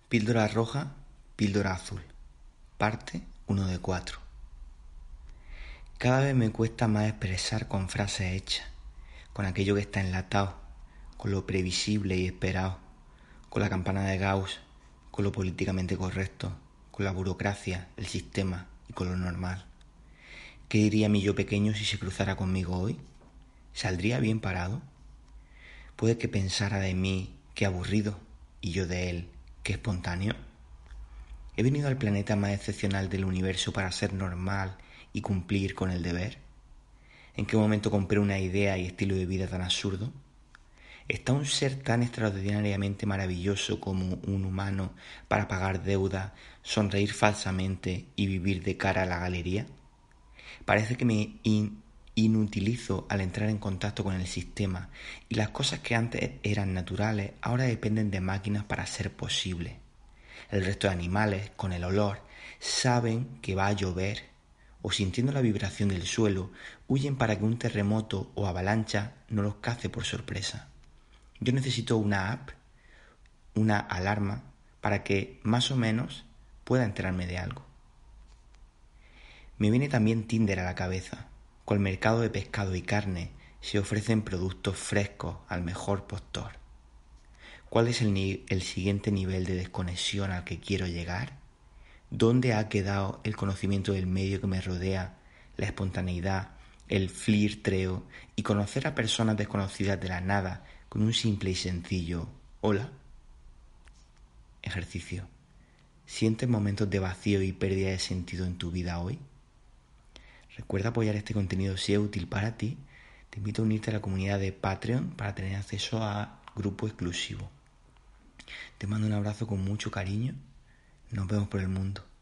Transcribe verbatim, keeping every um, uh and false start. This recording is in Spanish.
Píldora roja, píldora azul. Parte uno de cuatro. Cada vez me cuesta más expresar con frases hechas, con aquello que está enlatado, con lo previsible y esperado, con la campana de Gauss, con lo políticamente correcto, con la burocracia, el sistema y con lo normal. ¿Qué diría mi yo pequeño si se cruzara conmigo hoy? ¿Saldría bien parado? Puede que pensara de mí que aburrido y yo de él que espontáneo. ¿He venido al planeta más excepcional del universo para ser normal y cumplir con el deber? ¿En qué momento compré una idea y estilo de vida tan absurdo? ¿Está un ser tan extraordinariamente maravilloso como un humano para pagar deuda, sonreír falsamente y vivir de cara a la galería? Parece que me in- inutilizo al entrar en contacto con el sistema y las cosas que antes eran naturales ahora dependen de máquinas para ser posibles. El resto de animales, con el olor, saben que va a llover o sintiendo la vibración del suelo, huyen para que un terremoto o avalancha no los cace por sorpresa. Yo necesito una app, una alarma, para que más o menos pueda enterarme de algo. Me viene también Tinder a la cabeza. Con el mercado de pescado y carne se ofrecen productos frescos al mejor postor. ¿Cuál es el, ni- el siguiente nivel de desconexión al que quiero llegar? ¿Dónde ha quedado el conocimiento del medio que me rodea, la espontaneidad, el flirtreo y conocer a personas desconocidas de la nada con un simple y sencillo hola? Ejercicio. ¿Sientes momentos de vacío y pérdida de sentido en tu vida hoy? Recuerda apoyar este contenido si es útil para ti. Te invito a unirte a la comunidad de Patreon para tener acceso a grupo exclusivo. Te mando un abrazo con mucho cariño. Nos vemos por el mundo.